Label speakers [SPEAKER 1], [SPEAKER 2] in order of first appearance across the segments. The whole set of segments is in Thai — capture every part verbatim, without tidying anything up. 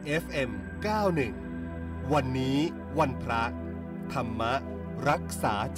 [SPEAKER 1] เอฟ เอ็ม เก้าสิบเอ็ด วันนี้วันพระธรรมรักษาใจ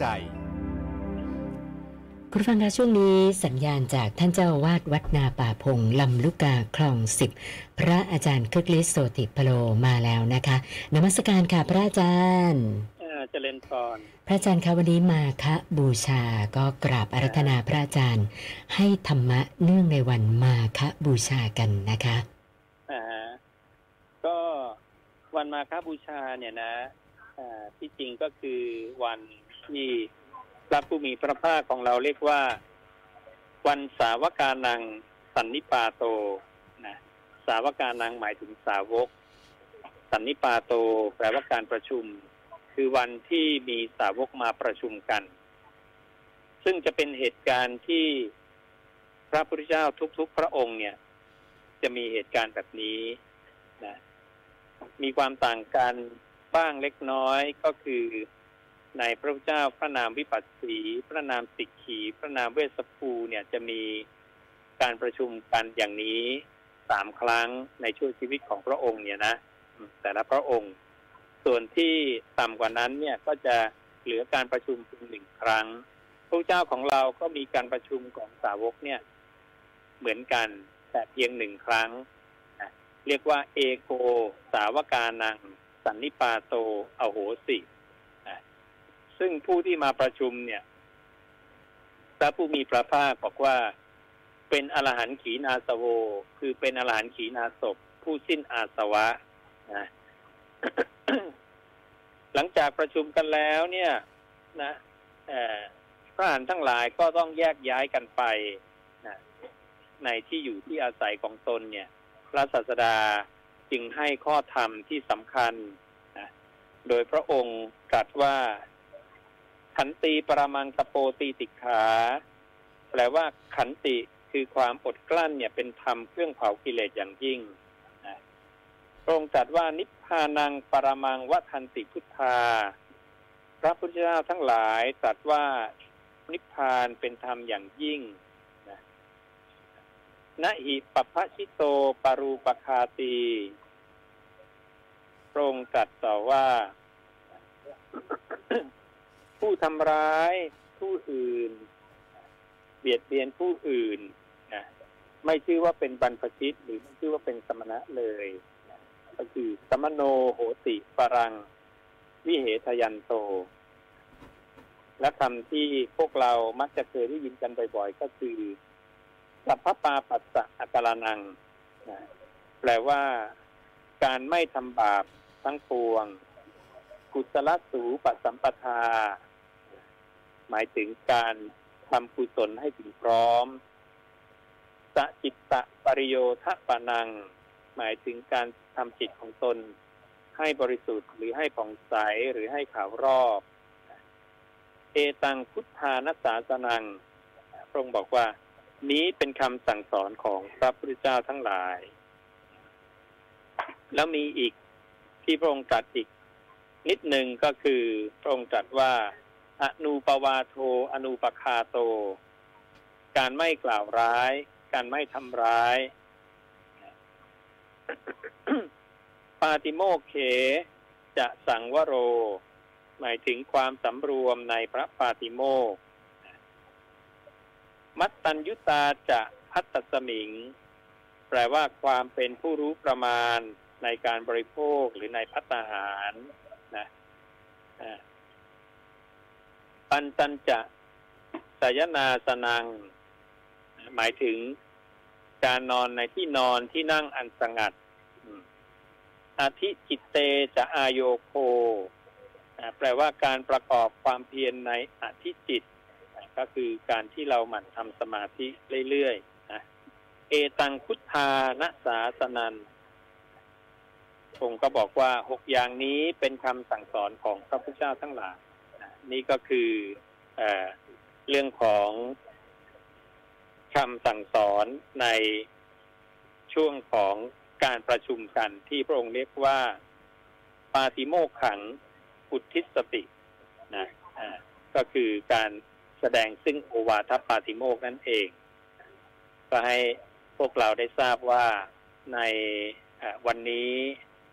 [SPEAKER 2] คุณฟังคะช่วงนี้สัญญาณจากท่านเจ้าอาวาสวัดนาป่าพงลำลูกกาคลองสิบพระอาจารย์คึกฤทธิ์โสติพโลมาแล้วนะคะนมัสการค่ะพระอาจารย์
[SPEAKER 3] เจริญพร
[SPEAKER 2] พระอาจารย์คะวันนี้มาฆบูชาก็กราบอาราธนาพระอาจารย์ให้ธรรมะเนื่องในวันมาฆบูชากันนะคะ
[SPEAKER 3] อ่าก็วันมาฆบูชาเนี่ยนะอ่าที่จริงก็คือวันที่พระผู้มีพระภาคของเราเรียกว่าวันสาวกานังสันนิปาโตนะสาวกานังหมายถึงสาวกสันนิปาโตแปลว่าการประชุมคือวันที่มีสาวกมาประชุมกันซึ่งจะเป็นเหตุการณ์ที่พระพุทธเจ้าทุกๆพระองค์เนี่ยจะมีเหตุการณ์แบบนี้นะมีความต่างกันบ้างเล็กน้อยก็คือในพระพุทธเจ้าพระนามวิปัสสีพระนามสิกขีพระนามเวสสภูเนี่ยจะมีการประชุมกันอย่างนี้สามครั้งในช่วงชีวิตของพระองค์เนี่ยนะแต่ละพระองค์ส่วนที่ต่ำกว่านั้นเนี่ยก็จะเหลือการประชุมเพียงหนึ่งครั้งพระเจ้าของเราก็มีการประชุมของสาวกเนี่ยเหมือนกันแต่เพียงหนึ่งครั้งนะเรียกว่าเอโกสาวกานังสันนิปาโตอโหสินะซึ่งผู้ที่มาประชุมเนี่ยพระผู้มีพระภาคบอกว่าเป็นอรหันต์ขีณาสโวคือเป็นอรหันต์ขีณาสพผู้สิ้นอาสวะนะ หลังจากประชุมกันแล้วเนี่ยนะพระอรหันต์ทั้งหลายก็ต้องแยกย้ายกันไปนะในที่อยู่ที่อาศัยของตนเนี่ยพระศาสดาจึงให้ข้อธรรมที่สำคัญนะโดยพระองค์ตรัสว่าขันติปรมังตโปตีติขาแปลว่าขันติคือความอดกลั้นเนี่ยเป็นธรรมเครื่องเผากิเลสอย่างยิ่งนะพระองค์ตรัสว่านิพพานังปรมังวัฏันติพุทธาพระพุทธเจ้าทั้งหลายตรัสว่านิพพานเป็นธรรมอย่างยิ่งนะนะหิปัพพชิโตปรูปคาตีพระองค์ตรัสต่อว่า ผู้ทำร้ายผู้อื่นเบียดเบียนผู้อื่นนะไม่ชื่อว่าเป็นบรรพชิตหรือไม่ชื่อว่าเป็นสมณะเลยนะก็คือสมโนโหติปรังวิเหทยันโตและคำที่พวกเรามักจะเคยได้ยินกันบ่อยๆก็คือสัพพปาปัสสะอักลานังนะแปลว่าการไม่ทำบาปทั้งปวงกุศลสูปสัมปทาหมายถึงการทำกุศลให้ถึงพร้อมสจิตตะปริโยทะปะนังหมายถึงการทำจิตของตนให้บริสุทธิ์หรือให้ผ่องใสหรือให้ขาวรอบเอตังพุทธานัสสาสนังพระองค์บอกว่านี้เป็นคำสั่งสอนของพระพุทธเจ้าทั้งหลายแล้วมีอีกที่พระองค์ตรัสอีกนิดหนึ่งก็คือพระองค์ตรัสว่าอนูปวาโทอนูปคาโตการไม่กล่าวร้ายการไม่ทำร้าย ปาติโมกเขจะสังวโรหมายถึงความสำรวมในพระปาติโมกข์มัตตัญญุตาจะภัตตสมิงแปลว่าความเป็นผู้รู้ประมาณในการบริโภคหรือในภัตตาหารนะปัญจัญจะสยนาสนังหมายถึงการนอนในที่นอนที่นั่งอันสงัดอาทิจิตเตจะอายโยโคแปลว่าการประกอบความเพียรในอธิจิตก็คือการที่เราหมั่นทำสมาธิเรื่อยๆนะเอตังพุทธานะสาสนันผมก็บอกว่าหกอย่างนี้เป็นคำสั่งสอนของพระพุทธเจ้าทั้งหลายนี่ก็คือเอ่อเรื่องของคำสั่งสอนในช่วงของการประชุมกันที่พระองค์เรียกว่าปาติโมกขังอุทิศตินะอ่าก็คือการแสดงซึ่งโอวาทปาติโมกข์นั่นเองก็ให้พวกเราได้ทราบว่าในวันนี้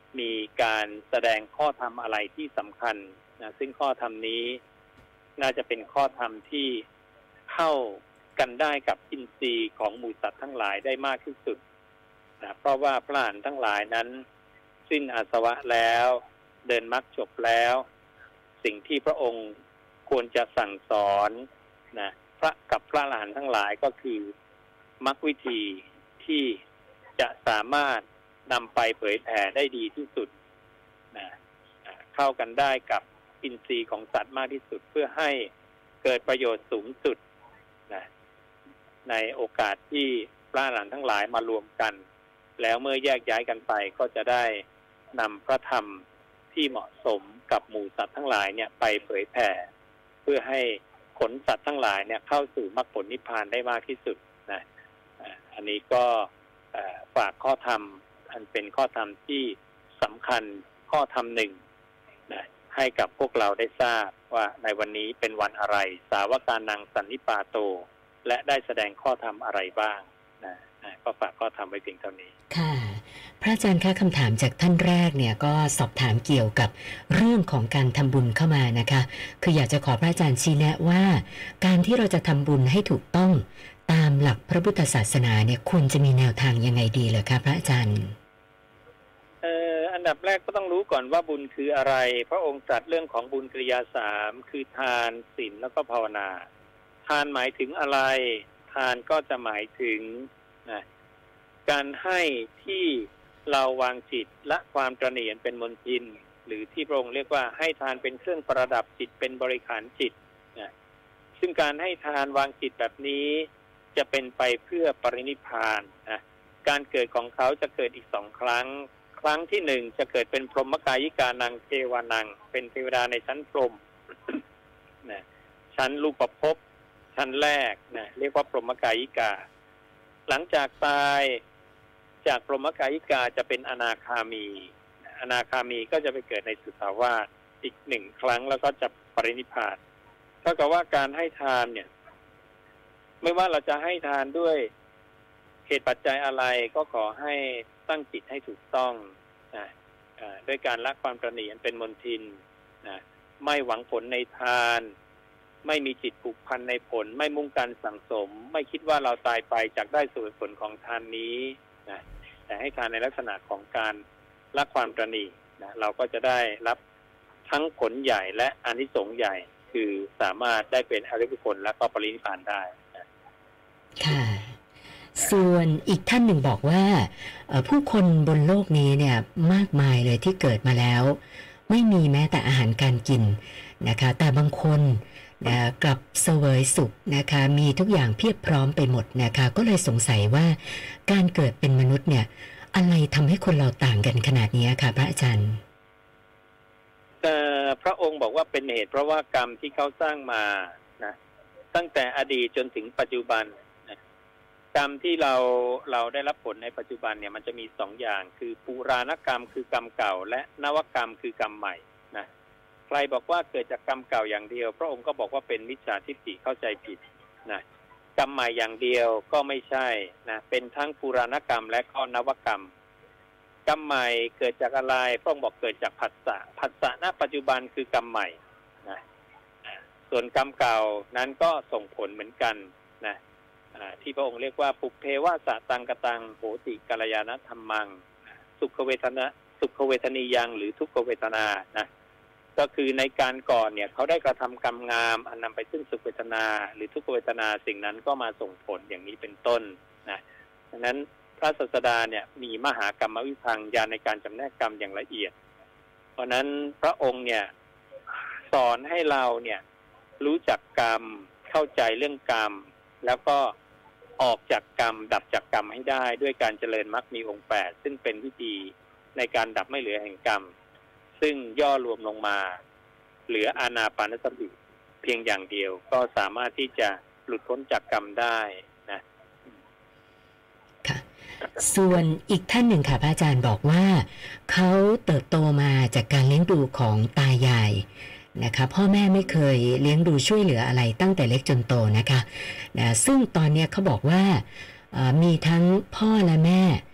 [SPEAKER 3] มีการแสดงข้อธรรมอะไรที่สำคัญนะซึ่งข้อธรรมนี้น่าจะเป็นข้อธรรมที่เข้ากันได้กับอินทรีย์ของหมู่สัตว์ทั้งหลายได้มากที่สุดนะเพราะว่าพระอรหันต์ทั้งหลายนั้นสิ้นอาสวะแล้วเดินมรรคจบแล้วสิ่งที่พระองค์ควรจะสั่งสอนนะพระกับพระอรหันต์ทั้งหลายก็คือมรรควิธีที่จะสามารถนำไปเผยแผ่ได้ดีที่สุดนะเข้ากันได้กับอินทรีย์ของสัตว์มากที่สุดเพื่อให้เกิดประโยชน์สูงสุดนะในโอกาสที่พระอรหันต์ทั้งหลายมารวมกันแล้วเมื่อแยกย้ายกันไปก็จะได้นำพระธรรมที่เหมาะสมกับหมู่สัตว์ทั้งหลายเนี่ยไปเผยแผ่เพื่อให้ขนสัตว์ทั้งหลายเนี่ยเข้าสู่มรรคผลนิพพานได้มากที่สุดนะอันนี้ก็ฝากข้อธรรมอันเป็นข้อธรรมที่สำคัญข้อธรรมหนึ่งนะให้กับพวกเราได้ทราบว่าในวันนี้เป็นวันอะไรสาวกานังสันนิปาโตและได้แสดงข้อธรรมอะไรบ้างนะก็ฝากข้อธรรมไว้เพียงเท่านี้
[SPEAKER 2] ค่ะพระอาจารย์คะคำถามจากท่านแรกเนี่ยก็สอบถามเกี่ยวกับเรื่องของการทำบุญเข้ามานะคะคืออยากจะขอพระอาจารย์ชี้แนะว่าการที่เราจะทำบุญให้ถูกต้องตามหลักพระพุทธศาสนาเนี่ยควรจะมีแนวทางยังไงดีเหรอคะพระอาจารย์
[SPEAKER 3] เอ่ออันดับแรกก็ต้องรู้ก่อนว่าบุญคืออะไรพระองค์ตรัสเรื่องของบุญกิริยาสามคือทานศีลแล้วก็ภาวนาทานหมายถึงอะไรทานก็จะหมายถึงนะการให้ที่เราวางจิตละความตระหนี่เป็นมนทินหรือที่พระองค์เรียกว่าให้ทานเป็นเครื่องประดับจิตเป็นบริขารจิตนะซึ่งการให้ทานวางจิตแบบนี้จะเป็นไปเพื่อปรินิพพานนะการเกิดของเขาจะเกิดอีกสองครั้งครั้งที่หนึ่งจะเกิดเป็นพรหมกายิกานังเทวานังเป็นเทวดาในชั้นพรหมนะชั้นรูปภพชั้นแรกนะเรียกว่าพรหมกายิกาหลังจากตายจากพรหมกายิกาจะเป็นอนาคามีอนาคามีก็จะไปเกิดในสุทธาวาสอีกหนึ่งครั้งแล้วก็จะปรินิพพานเท่ากับว่าการให้ทานเนี่ยไม่ว่าเราจะให้ทานด้วยเหตุปัจจัยอะไรก็ขอให้ตั้งจิตให้ถูกต้องนะด้วยการละความตระหนี่เป็นมลทินนะไม่หวังผลในทานไม่มีจิตผูกพันในผลไม่มุ่งการสั่งสมไม่คิดว่าเราตายไปจากได้ส่วนผลของทานนี้นะแต่ให้ทานในลักษณะของการละความตระหนี่นะเราก็จะได้รับทั้งผลใหญ่และอานิสงส์ใหญ่คือสามารถได้เป็นอริยผลและก็ปรินิพพานได้นะ
[SPEAKER 2] ค่ะส่วนอีกท่านหนึ่งบอกว่าผู้คนบนโลกนี้เนี่ยมากมายเลยที่เกิดมาแล้วไม่มีแม้แต่อาหารการกินนะคะแต่บางคนนะกลับเสวยสุขนะคะมีทุกอย่างเพียบพร้อมไปหมดนะคะก็เลยสงสัยว่าการเกิดเป็นมนุษย์เนี่ยอะไรทำให้คนเราต่างกันขนาดนี้ค่ะพระอาจารย์
[SPEAKER 3] แต่พระองค์บอกว่าเป็นเหตุเพราะว่ากรรมที่เขาสร้างมานะตั้งแต่อดีตจนถึงปัจจุบันนะกรรมที่เราเราได้รับผลในปัจจุบันเนี่ยมันจะมีสองอย่างคือปุราณกรรมคือกรรมเก่าและนวกรรมคือกรรมใหม่นะใครบอกว่าเกิดจากกรรมเก่าอย่างเดียวพระองค์ก็บอกว่าเป็นมิจฉาทิฏฐิเข้าใจผิดนะกรรมใหม่อย่างเดียวก็ไม่ใช่นะเป็นทั้งปุราณกรรมและก็นวกรรมกรรมใหม่เกิดจากอะไรพระองค์บอกเกิดจากผัสสะผัสสะณปัจจุบันคือกรรมใหม่นะส่วนกรรมเก่านั้นก็ส่งผลเหมือนกันนะที่พระองค์เรียกว่าปุพเพวาสะตังกตังโหติกัลยาณธรรมังสุขเวทนาสุขเวทนียังหรือทุกขเวทนานะก็คือในการก่อนเนี่ยเขาได้กระทำกรรมงามอันนำไปซึ่งสุขเวทนาหรือทุกขเวทนาสิ่งนั้นก็มาส่งผลอย่างนี้เป็นต้นนะดังนั้นพระศาสดาเนี่ยมีมหากรรมวิภังญาณในการจำแนกกรรมอย่างละเอียดเพราะนั้นพระองค์เนี่ยสอนให้เราเนี่ยรู้จักกรรมเข้าใจเรื่องกรรมแล้วก็ออกจากกรรมดับจากกรรมให้ได้ด้วยการเจริญมรรคมีองค์แปดซึ่งเป็นวิธีในการดับไม่เหลือแห่งกรรมซึ่งย่อรวมลงมาเหลืออานาปานสติเพียงอย่างเดียวก็สามารถที่จะหลุดพ้นจากกรรมได้นะ
[SPEAKER 2] ค่ะส่วนอีกท่านหนึ่งค่ะพระอาจารย์บอกว่าเขาเติบโตมาจากการเลี้ยงดูของตายายนะคะพ่อแม่ไม่เคยเลี้ยงดูช่วยเหลืออะไรตั้งแต่เล็กจนโตนะคะนะซึ่งตอนนี้เขาบอกว่ามีทั้งพ่อและแม่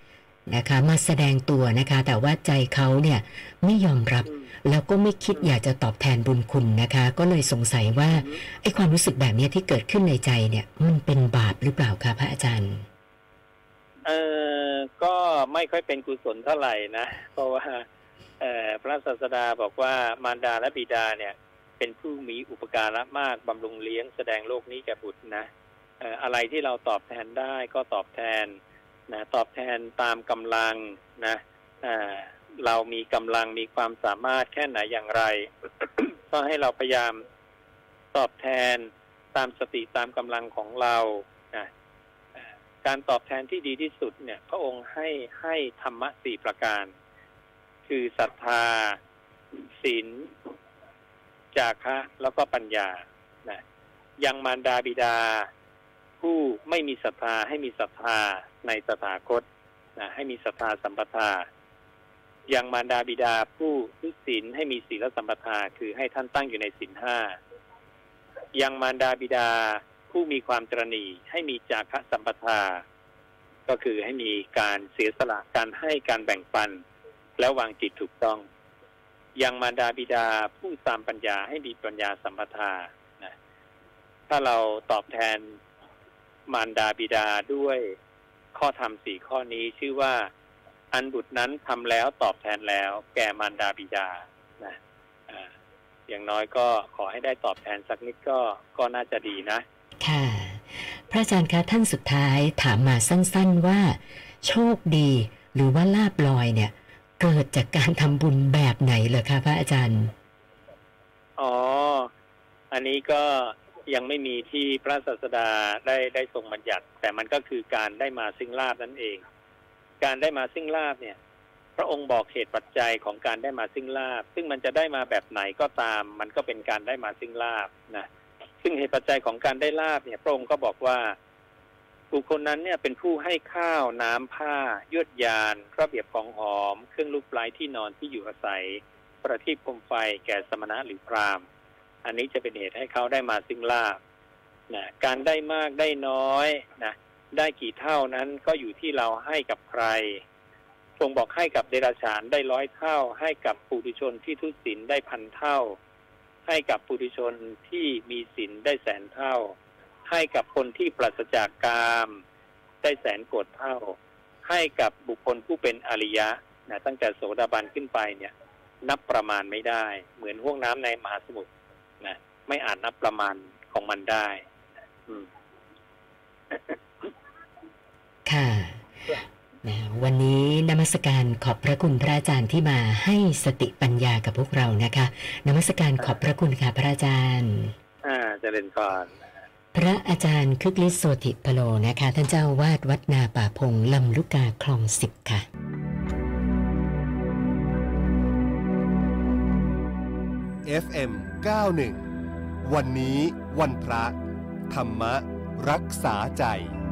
[SPEAKER 2] นะคะมาแสดงตัวนะคะแต่ว่าใจเขาเนี่ยไม่ยอมรับแล้วก็ไม่คิดอยากจะตอบแทนบุญคุณนะคะก็เลยสงสัยว่าไอ้ความรู้สึกแบบนี้ที่เกิดขึ้นในใจเนี่ยมันเป็นบาปหรือเปล่าคะพระอาจารย์
[SPEAKER 3] เออก็ไม่ค่อยเป็นกุศลเท่าไหร่นะเพราะว่าเอ่อพระศาสดาบอกว่ามารดาและบิดาเนี่ยเป็นผู้มีอุปการะมากบำรุงเลี้ยงแสดงโลกนี้แก่บุตรนะเอ่ออะไรที่เราตอบแทนได้ก็ตอบแทนนะตอบแทนตามกำลังนะเอ่อเรามีกำลังมีความสามารถแค่ไหนอย่างไร ก็ให้เราพยายามตอบแทนตามสติตามกำลังของเรานะการตอบแทนที่ดีที่สุดเนี่ยพระองค์ให้ให้ธรรมะสี่ประการคือศรัทธาศีลจาคะแล้วก็ปัญญานะยังมารดาบิดาผู้ไม่มีศรัทธาให้มีศรัทธาในตถาคตนะให้มีศรัทธาสัมปทายังมารดาบิดาผู้ทุศีลให้มีศีลสัมปทาคือให้ท่านตั้งอยู่ในศีลห้ายังมารดาบิดาผู้มีความตระหนี่ให้มีจาคะสัมปทาก็คือให้มีการเสียสละการให้การแบ่งปันแล้ววางจิตถูกต้องยังมารดาบิดาผู้ตามปัญญาให้มีปัญญาสัมปทานะถ้าเราตอบแทนมารดาบิดาด้วยข้อธรรมสี่ข้อนี้ชื่อว่าอันบุตรนั้นทำแล้วตอบแทนแล้วแก่มารดาบิดานะอ่าอย่างน้อยก็ขอให้ได้ตอบแทนสักนิดก็ก็น่าจะดีนะ
[SPEAKER 2] ค่ะพระอาจารย์คะท่านสุดท้ายถามมาสั้นๆว่าโชคดีหรือว่าลาภลอยเนี่ยเกิดจากการทำบุญแบบไหนเหรอคะพระอาจารย์
[SPEAKER 3] อ๋ออันนี้ก็ยังไม่มีที่พระศาสดาได้ได้ทรงบัญญัติแต่มันก็คือการได้มาซึ่งลาภนั่นเองการได้มาซึ่งลาภเนี่ยพระองค์บอกเหตุปัจจัยของการได้มาซึ่งลาภซึ่งมันจะได้มาแบบไหนก็ตามมันก็เป็นการได้มาซึ่งลาภนะซึ่งเหตุปัจจัยของการได้ลาภเนี่ยพระองค์ก็บอกว่าบุคคลนั้นเนี่ยเป็นผู้ให้ข้าวน้ำผ้ายวดยานระเบียบของหอมเครื่องลูกไล้ที่นอนที่อยู่อาศัยประทีปโคมไฟแก่สมณะหรือพราหมณ์อันนี้จะเป็นเหตุให้เขาได้มาซึ่งลาภนะการได้มากได้น้อยนะได้กี่เท่านั้นก็อยู่ที่เราให้กับใครทรงบอกให้กับเดรัจฉานได้ร้อยเท่าให้กับปุถุชนที่ทุศีลได้พันเท่าให้กับปุถุชนที่มีศีลได้แสนเท่าให้กับคนที่ปราศจากกามได้แสนโกฏเท่าให้กับบุคคลผู้เป็นอริยะนะตั้งแต่โสดาบันขึ้นไปเนี่ยนับประมาณไม่ได้เหมือนห้วงน้ำในมหาสมุทรนะไม่อาจนับประมาณของมันได้อืม
[SPEAKER 2] ค่ะนะวันนี้นมัสการขอบพระคุณพระอาจารย์ที่มาให้สติปัญญากับพวกเรานะคะนมัสการขอบพระคุณค่ะพระอาจารย์
[SPEAKER 3] อ่าเจริญพร
[SPEAKER 2] พระอาจารย์คึกฤทธิ์โสติพโลนะคะท่านเจ้าวาดวัดนาป่าพงลำลูกกาคลองสิบค่ะ
[SPEAKER 1] เอฟ เอ็ม เก้าสิบเอ็ด วันนี้วันพระธรรมรักษาใจ